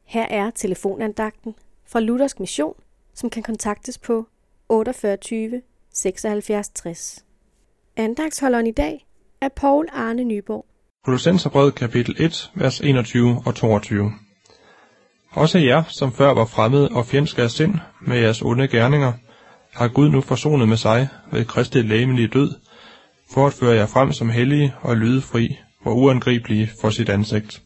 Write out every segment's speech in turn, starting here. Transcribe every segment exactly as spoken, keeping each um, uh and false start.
Her er telefonandagten fra Luthersk Mission, som kan kontaktes på otteogfyrre tyve seksoghalvfjerds tres. Andagtsholderen i dag er Poul Arne Nyborg. Kolossenserbrevet kapitel et, vers enogtyve og toogtyve. Også jer, som før var fremmede og fjendske af sind med jeres onde gerninger, har Gud nu forsonet med sig ved Kristi legemlige død, for at føre jer frem som hellige og lydefri og uangribelige for sit ansigt.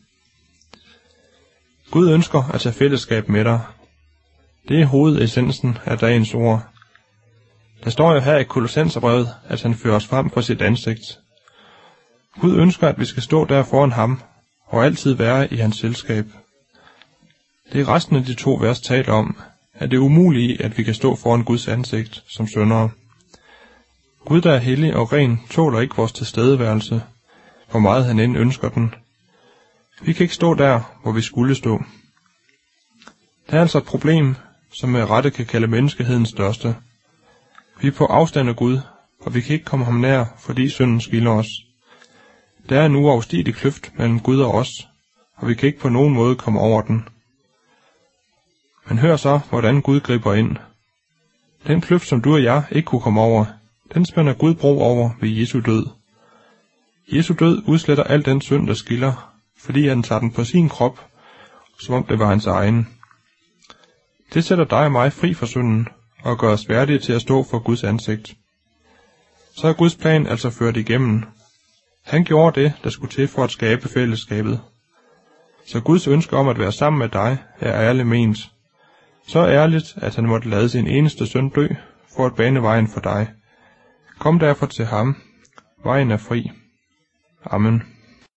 Gud ønsker at tage fællesskab med dig. Det er hovedessensen af dagens ord. Der står jo her i Kolossenserbrevet, at han fører os frem for sit ansigt. Gud ønsker, at vi skal stå der foran ham og altid være i hans selskab. Det er resten af de to vers taler om, at det er umuligt, at vi kan stå foran Guds ansigt som syndere. Gud, der er hellig og ren, tåler ikke vores tilstedeværelse, hvor meget han end ønsker den. Vi kan ikke stå der, hvor vi skulle stå. Det er altså et problem, som med rette kan kalde menneskehedens største. Vi er på afstand af Gud, og vi kan ikke komme ham nær, fordi synden skiller os. Der er en uoverstigelig kløft mellem Gud og os, og vi kan ikke på nogen måde komme over den. Men hør så, hvordan Gud griber ind. Den kløft, som du og jeg ikke kunne komme over, den spænder Gud bro over ved Jesu død. Jesu død udsletter al den synd, der skiller, fordi han tager den på sin krop, som om det var hans egen. Det sætter dig og mig fri fra synden, og gør os værdige til at stå for Guds ansigt. Så er Guds plan altså ført igennem. Han gjorde det, der skulle til for at skabe fællesskabet. Så Guds ønske om at være sammen med dig er ærligt ment. Så ærligt, at han måtte lade sin eneste søn dø, for at bane vejen for dig. Kom derfor til ham. Vejen er fri. Amen.